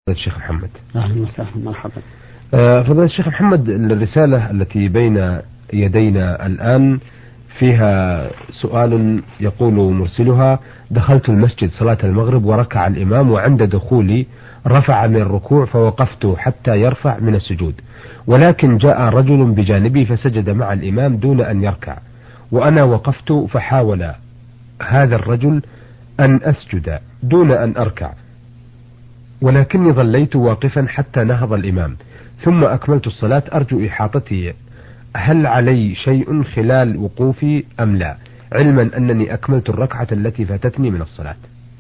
الشيخ محمد. أهلا وسهلا مرحبا. فضيلة الشيخ محمد، الرسالة التي بين يدينا الآن فيها سؤال يقول مرسلها: دخلت المسجد صلاة المغرب وركع الإمام، وعند دخولي رفع من الركوع فوقفت حتى يرفع من السجود، ولكن جاء رجل بجانبي فسجد مع الإمام دون أن يركع، وأنا وقفت فحاول هذا الرجل أن أسجد دون أن أركع، ولكني ظليت واقفا حتى نهض الإمام ثم أكملت الصلاة. أرجو إحاطتي، هل علي شيء خلال وقوفي أم لا، علما أنني أكملت الركعة التي فاتتني من الصلاة؟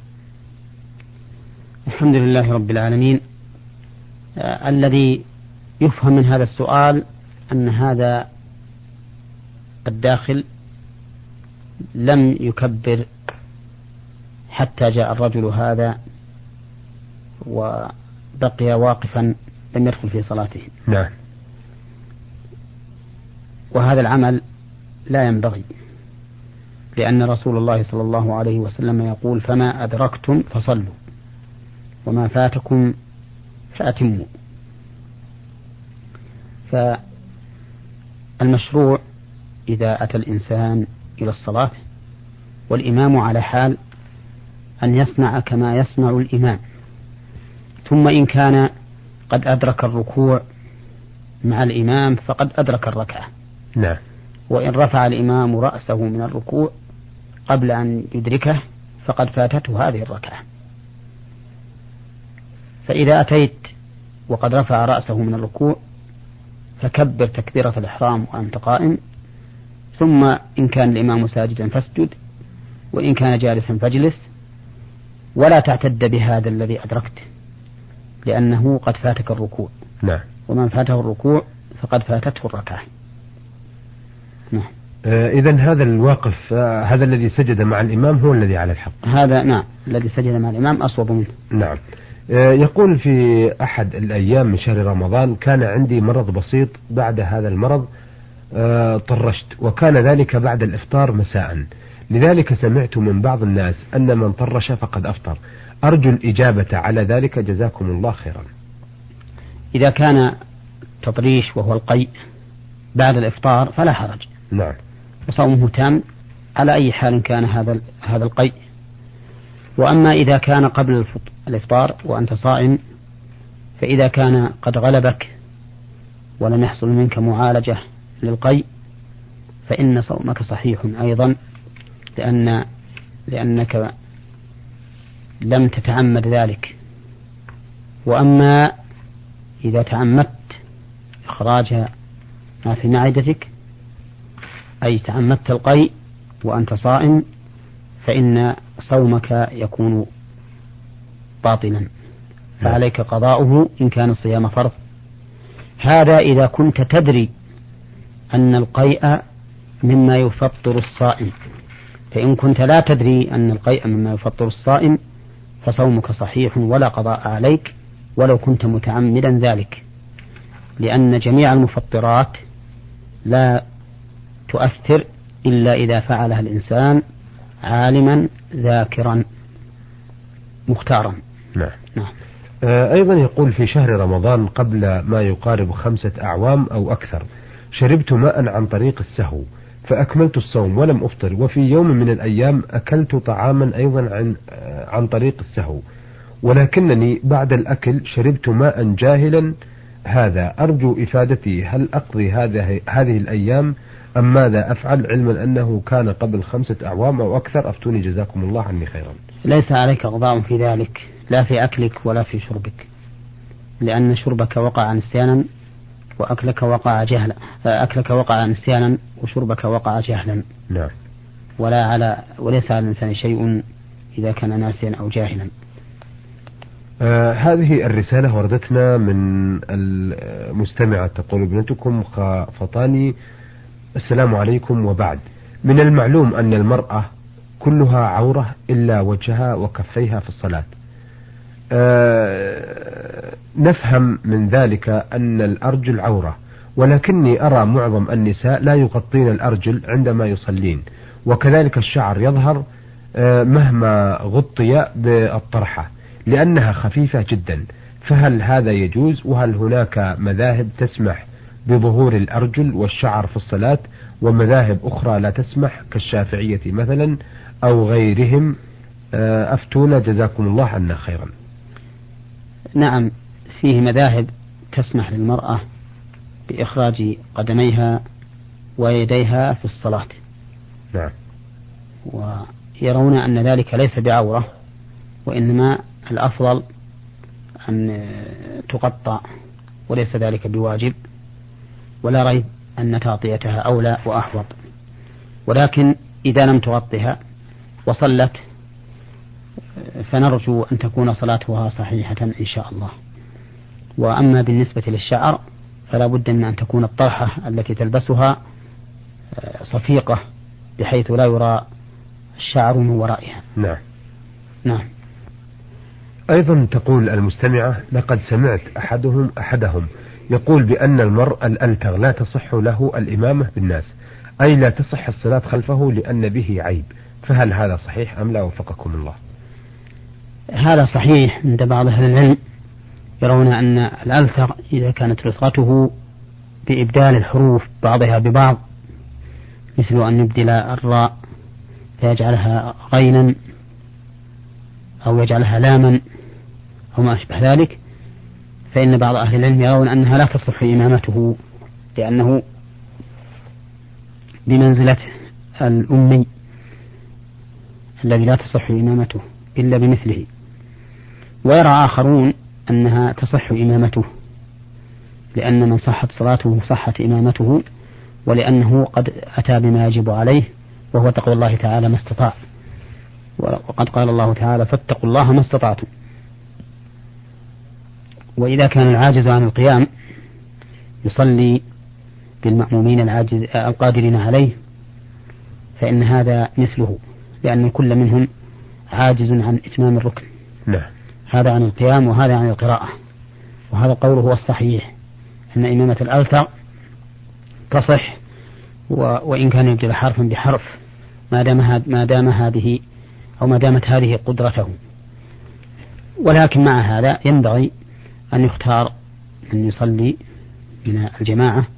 الحمد لله رب العالمين. الذي يفهم من هذا السؤال أن هذا الداخل لم يكبر حتى جاء الرجل هذا وبقي واقفا لم يدخل في صلاته. نعم. وهذا العمل لا ينبغي، لأن رسول الله صلى الله عليه وسلم يقول: فما أدركتم فصلوا وما فاتكم فأتموا. فالمشروع إذا أتى الإنسان إلى الصلاة والإمام على حال أن يصنع كما يصنع الإمام، ثم إن كان قد أدرك الركوع مع الإمام فقد أدرك الركعة. نعم. وإن رفع الإمام رأسه من الركوع قبل أن يدركه فقد فاتته هذه الركعة. فإذا أتيت وقد رفع رأسه من الركوع فكبر تكبيرة الإحرام وأنت قائم، ثم إن كان الإمام ساجدا فاسجد، وإن كان جالسا فاجلس، ولا تعتد بهذا الذي أدركت، لأنه قد فاتك الركوع. نعم. ومن فاته الركوع فقد فاتته الركعة. نعم. إذن هذا الواقف، هذا الذي سجد مع الإمام هو الذي على الحق. هذا نعم، الذي سجد مع الإمام أصوب منه. نعم. يقول: في أحد الأيام من شهر رمضان كان عندي مرض بسيط، بعد هذا المرض طرشت، وكان ذلك بعد الإفطار مساء، لذلك سمعت من بعض الناس أن من طرش فقد أفطر، أرجو الإجابة على ذلك، جزاكم الله خيرا. إذا كان تطريش وهو القيء بعد الإفطار فلا حرج. نعم. وصومه تام على أي حال كان هذا القيء. وأما إذا كان قبل الإفطار وأنت صائم، فإذا كان قد غلبك ولم يحصل منك معالجة للقيء فإن صومك صحيح أيضا، لأنك لم تتعمد ذلك. وأما إذا تعمدت إخراج ما في معدتك، أي تعمدت القيء وأنت صائم، فإن صومك يكون باطلا، فعليك قضاؤه إن كان الصيام فرض. هذا إذا كنت تدري أن القيء مما يفطر الصائم، فإن كنت لا تدري أن القيء مما يفطر الصائم فصومك صحيح ولا قضاء عليك ولو كنت متعمدا ذلك، لأن جميع المفطرات لا تؤثر إلا إذا فعلها الإنسان عالما ذاكرا مختارا. نعم. نعم. أيضا يقول: في شهر رمضان قبل ما يقارب 5 أعوام أو أكثر شربت ماء عن طريق السهو فأكملت الصوم ولم أفطر، وفي يوم من الأيام أكلت طعاما أيضا عن طريق السهو، ولكنني بعد الأكل شربت ماء جاهلا، هذا أرجو إفادتي، هل أقضي هذه الأيام أم ماذا أفعل، علما أنه كان قبل 5 أعوام أو أكثر، أفتوني جزاكم الله عني خيرا. ليس عليك قضاء في ذلك، لا في أكلك ولا في شربك، لأن شربك وقع نسيانا وأكلك وقع جهلا، أكلك وقع نسيانا وشربك وقع جهلا. نعم. وليس على الإنسان شيء إذا كان ناسيا أو جاهلا. هذه الرسالة وردتنا من المستمعة، تقول: ابنتكم فطاني: السلام عليكم، وبعد، من المعلوم أن المرأة كلها عورة إلا وجهها وكفيها في الصلاة، نفهم من ذلك أن الأرجل عورة، ولكني أرى معظم النساء لا يغطين الأرجل عندما يصلين، وكذلك الشعر يظهر مهما غطي بالطرحة لأنها خفيفة جدا، فهل هذا يجوز؟ وهل هناك مذاهب تسمح بظهور الأرجل والشعر في الصلاة ومذاهب أخرى لا تسمح كالشافعية مثلا أو غيرهم؟ أفتونا جزاكم الله عنا خيرا. نعم، فيه مذاهب تسمح للمرأة بإخراج قدميها ويديها في الصلاة. نعم. ويرون أن ذلك ليس بعورة، وإنما الأفضل أن تقطع، وليس ذلك بواجب، ولا ريب أن تغطيتها أولى وأحوط. ولكن إذا لم تغطها وصلت فنرجو أن تكون صلاتها صحيحة إن شاء الله. وأما بالنسبة للشعر فلا بد من أن تكون الطرحة التي تلبسها صفيقة بحيث لا يرى الشعر من ورائها. نعم. نعم. أيضا تقول المستمعة: لقد سمعت أحدهم يقول بأن المرء الألتغ لا تصح له الإمامة بالناس، أي لا تصح الصلاة خلفه لأن به عيب، فهل هذا صحيح أم لا وفقكم الله؟ هذا صحيح عند بعض أهل العلم، يرون أن الألتغ إذا كانت رفقته بإبدال الحروف بعضها ببعض، مثل أن يبدل الراء فيجعلها غينا أو يجعلها لاما أو ما أشبه ذلك، فإن بعض أهل العلم يرون أنها لا تصح إمامته، لأنه بمنزلة الأمي الذي لا تصح إمامته إلا بمثله. ويرى آخرون أنها تصح إمامته، لأن من صحت صلاته صحت إمامته، ولأنه قد أتى بما يجب عليه وهو تقوى الله تعالى ما استطاع، وقد قال الله تعالى: فاتقوا الله ما استطعتم. وإذا كان العاجز عن القيام يصلي بالمأمومين القادرين عليه فإن هذا مثله، لأن كل منهم عاجز عن إتمام الركن. نعم. هذا عن القيام وهذا عن القراءة، وهذا القول هو الصحيح، أن إمامة الألتغ تصح وإن كان يبدل حرفا بحرف ما دامت هذه قدرته. ولكن مع هذا ينبغي أن يختار أن يصلي من الجماعة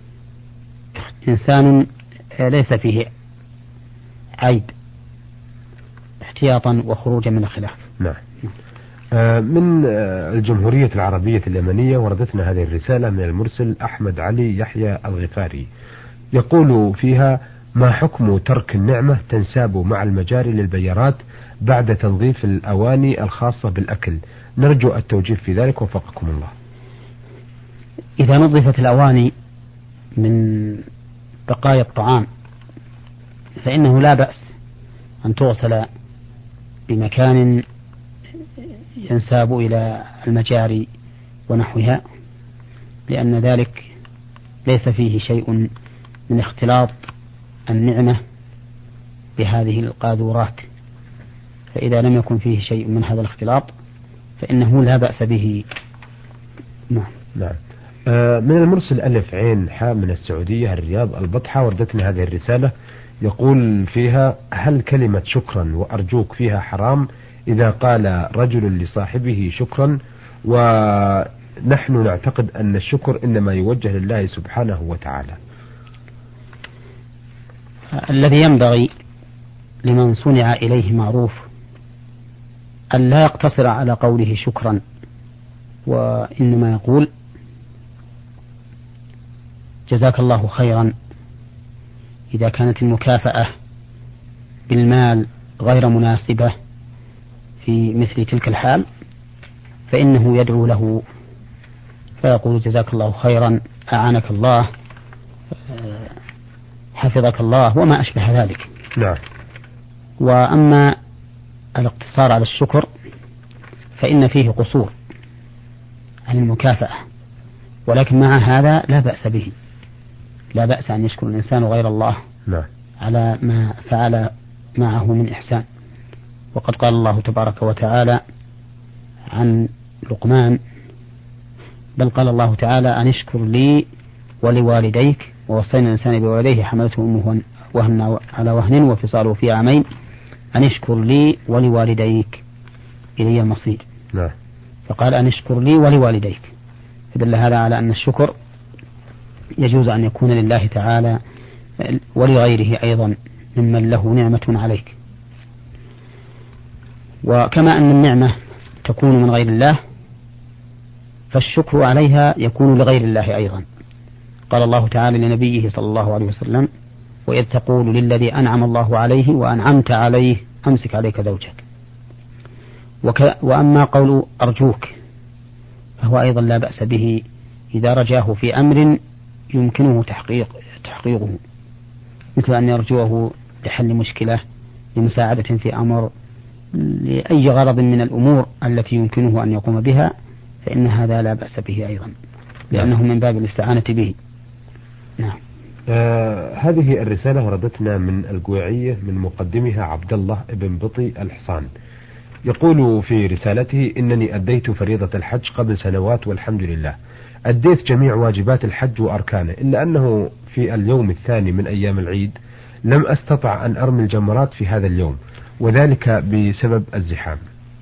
إنسان ليس فيه عيب، احتياطا وخروجا من الخلاف. نعم. من الجمهورية العربية اليمنية وردتنا هذه الرسالة من المرسل أحمد علي يحيى الغفاري، يقول فيها: ما حكم ترك النعمة تنساب مع المجاري للبيارات بعد تنظيف الأواني الخاصة بالأكل؟ نرجو التوجيه في ذلك وفقكم الله. إذا نظفت الأواني من بقايا الطعام فإنه لا بأس أن تغسل بمكان ينساب إلى المجاري ونحوها، لأن ذلك ليس فيه شيء من اختلاط النعمة بهذه القاذورات، فإذا لم يكن فيه شيء من هذا الاختلاط فإنه لا بأس به. نعم. نعم. من المرسل ألف عين حاء من السعودية الرياض البطحة وردتنا هذه الرسالة، يقول فيها: هل كلمة شكرا وأرجوك فيها حرام إذا قال رجل لصاحبه شكرا، ونحن نعتقد أن الشكر إنما يوجه لله سبحانه وتعالى؟ الذي ينبغي لمن صنع إليه معروف أن لا يقتصر على قوله شكرا، وإنما يقول: جزاك الله خيرا، إذا كانت المكافأة بالمال غير مناسبة في مثل تلك الحال فإنه يدعو له فيقول: جزاك الله خيرا، أعانك الله، حفظك الله، وما أشبه ذلك. نعم. وأما الاقتصار على الشكر فإن فيه قصور عن المكافأة، ولكن مع هذا لا بأس به، لا بأس أن يشكر الإنسان غير الله نعم. على ما فعل معه من إحسان. وقد قال الله تبارك وتعالى عن لقمان: بل قال الله تعالى: أن اشكر لي ولوالديك ووصينا الإنسان بوالديه حملته أمه وهن على وهن وفصاله في عامين أن اشكر لي ولوالديك إلي المصير. نعم. فقال أن اشكر لي ولوالديك، فدل هذا على أن الشكر يجوز أن يكون لله تعالى ولغيره أيضا ممن له نعمة عليك. وكما أن النعمة تكون من غير الله فالشكر عليها يكون لغير الله أيضا. قال الله تعالى لنبيه صلى الله عليه وسلم: وإذ تقول للذي أنعم الله عليه وأنعمت عليه أمسك عليك زوجك. وأما قول أرجوك فهو أيضا لا بأس به إذا رجاه في أمر يمكنه تحقيقه، مثل أن يرجوه لحل مشكلة، لمساعدة في أمر، لأي غرض من الأمور التي يمكنه أن يقوم بها، فإن هذا لا بأس به أيضا، لأنه من باب الاستعانة به. نعم. هذه الرسالة وردتنا من القويعية من مقدمها عبد الله بن بطي الحصان، يقول في رسالته: إنني أديت فريضة الحج قبل سنوات والحمد لله، أديت جميع واجبات الحج وأركانه، إلا أنه في اليوم الثاني من أيام العيد لم أستطع أن أرمي الجمرات في هذا اليوم، وذلك بسبب الزحام.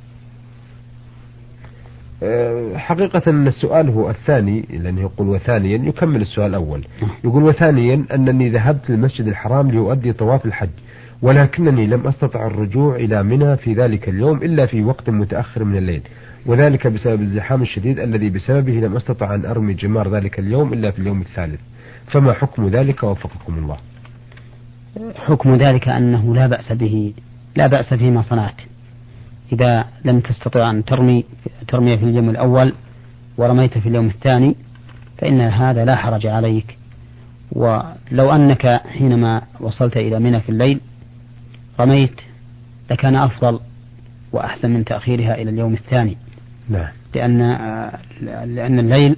حقيقة السؤال هو الثاني، لأنه يقول وثانيا يكمل السؤال الأول، يقول: وثانيا أنني ذهبت للمسجد الحرام لأؤدي طواف الحج، ولكنني لم أستطع الرجوع إلى منى في ذلك اليوم إلا في وقت متأخر من الليل، وذلك بسبب الزحام الشديد الذي بسببه لم أستطع أن أرمي جمار ذلك اليوم إلا في اليوم الثالث، فما حكم ذلك وفقكم الله؟ حكم ذلك أنه لا بأس به، لا بأس فيما صنعت. إذا لم تستطع أن ترمي في اليوم الأول ورميت في اليوم الثاني فإن هذا لا حرج عليك. ولو أنك حينما وصلت إلى منى في الليل رميت لكان أفضل وأحسن من تأخيرها إلى اليوم الثاني. نعم. لأن الليل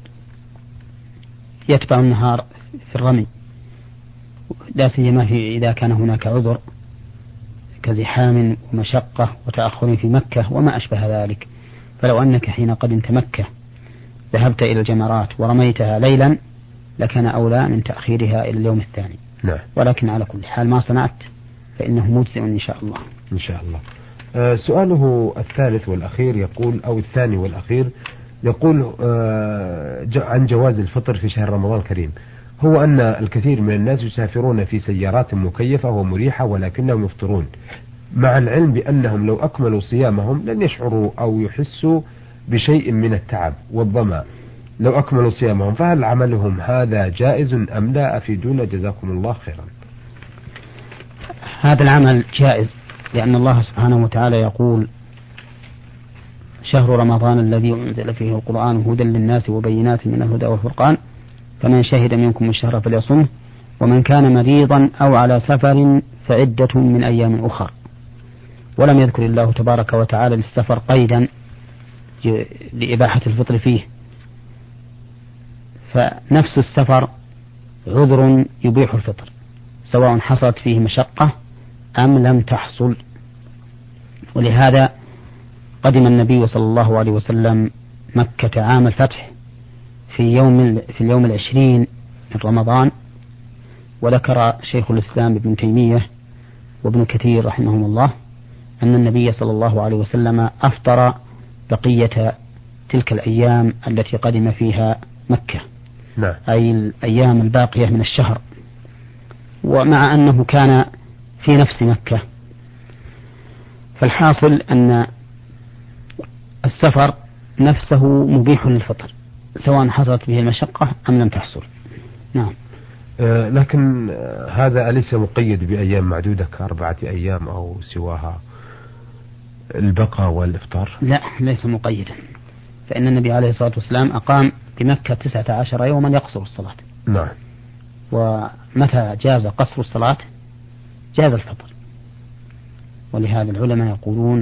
يتبع النهار في الرمي، لا سيما إذا كان هناك عذر كزحام ومشقة وتأخر في مكة وما أشبه ذلك. فلو أنك حين قدمت مكة ذهبت إلى الجمرات ورميتها ليلا لكان أولى من تأخيرها إلى اليوم الثاني. نعم. ولكن على كل حال ما صنعت فإنه مجزئ إن شاء الله. إن شاء الله. سؤاله الثالث والأخير يقول، أو الثاني والأخير يقول عن جواز الفطر في شهر رمضان الكريم. هو أن الكثير من الناس يسافرون في سيارات مكيفة ومريحة ولكنهم يفطرون، مع العلم بأنهم لو أكملوا صيامهم لن يشعروا أو يحسوا بشيء من التعب والظمأ لو أكملوا صيامهم، فهل عملهم هذا جائز أم لا؟ أفيدونا جزاكم الله خيرا. هذا العمل جائز، لأن الله سبحانه وتعالى يقول: شهر رمضان الذي أنزل فيه القرآن هدى للناس وبينات من الهدى والفرقان فمن شهد منكم الشهر فليصمه ومن كان مريضا أو على سفر فعدة من أيام أخر. ولم يذكر الله تبارك وتعالى للسفر قيدا لإباحة الفطر فيه، فنفس السفر عذر يبيح الفطر سواء حصلت فيه مشقة أم لم تحصل. ولهذا قدم النبي صلى الله عليه وسلم مكة عام الفتح في اليوم 20 من رمضان. وذكر شيخ الإسلام ابن تيمية وابن كثير رحمهم الله أن النبي صلى الله عليه وسلم أفطر بقية تلك الأيام التي قدم فيها مكة. نعم. أي الأيام الباقية من الشهر، ومع أنه كان في نفس مكة. فالحاصل أن السفر نفسه مبيح للفطر سواء حصلت به المشقة أم لم تحصل. نعم. لكن هذا أليس مقيد بأيام معدودة ك4 أيام أو سواها البقاء والإفطار؟ لا، ليس مقيدا، فإن النبي عليه الصلاة والسلام أقام بمكة 19 يوما يقصر الصلاة. نعم. ومتى جاز قصر الصلاة جاز الفطر. ولهذا العلماء يقولون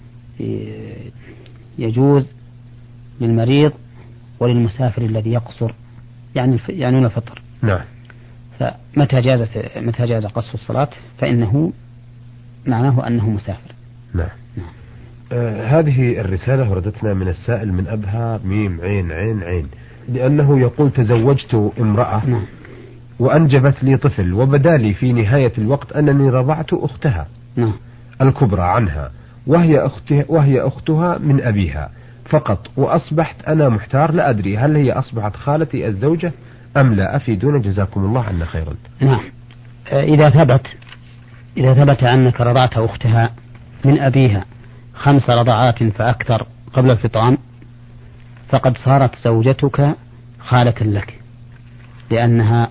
يجوز للمريض وللمسافر الذي يقصر، يعنون الفطر. نعم. فمتى جاز قصر الصلاة فإنه معناه أنه مسافر. نعم. هذه الرسالة وردتنا من السائل من أبها ميم عين عين عين، لأنه يقول: تزوجت امرأة نعم. وأنجبت لي طفل، وبدا لي في نهاية الوقت أنني رضعت أختها نعم. الكبرى عنها وهي أختها من أبيها، فقط وأصبحت أنا محتار لا أدري هل هي أصبحت خالتي الزوجة أم لا؟ أفيدونا جزاكم الله عنا خيرا. نعم. إذا ثبت أنك رضعت أختها من أبيها 5 رضعات فأكثر قبل الفطام فقد صارت زوجتك خالة لك، لأنها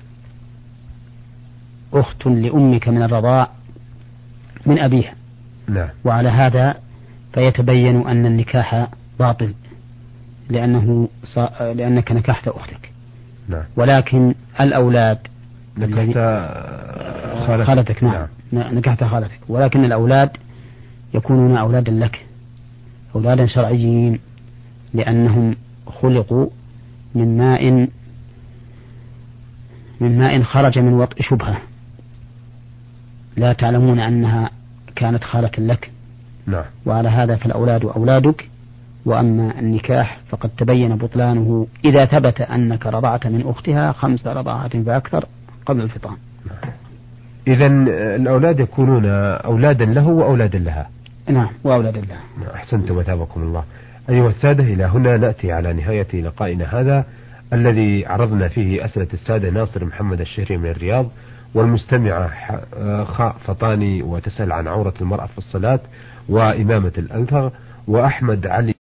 أخت لأمك من الرضاع من أبيها. نعم. وعلى هذا فيتبين أن النكاح باطل لأنك نكحت أختك. نعم. ولكن الأولاد نكحت خالتك. نعم. نكحت خالتك، ولكن الأولاد يكونون أولادا لك، أولادا شرعيين، لأنهم خلقوا من ماء خرج من وطء شبهة، لا تعلمون أنها كانت خالة لك. نعم. وعلى هذا فالأولاد أولادك، وأما النكاح فقد تبين بطلانه إذا ثبت أنك رضعت من أختها 5 رضعات فأكثر قبل الفطام. إذا الأولاد يكونون أولادا له وأولادا لها. نعم، وأولادا لها. أحسنتم وثابكم الله. أيها السادة، إلى هنا نأتي على نهاية لقائنا هذا الذي عرضنا فيه أسئلة السادة ناصر محمد الشهري من الرياض، والمستمعة خاء فطاني وتسأل عن عورة المرأة في الصلاة وإمامة الأنثى، وأحمد علي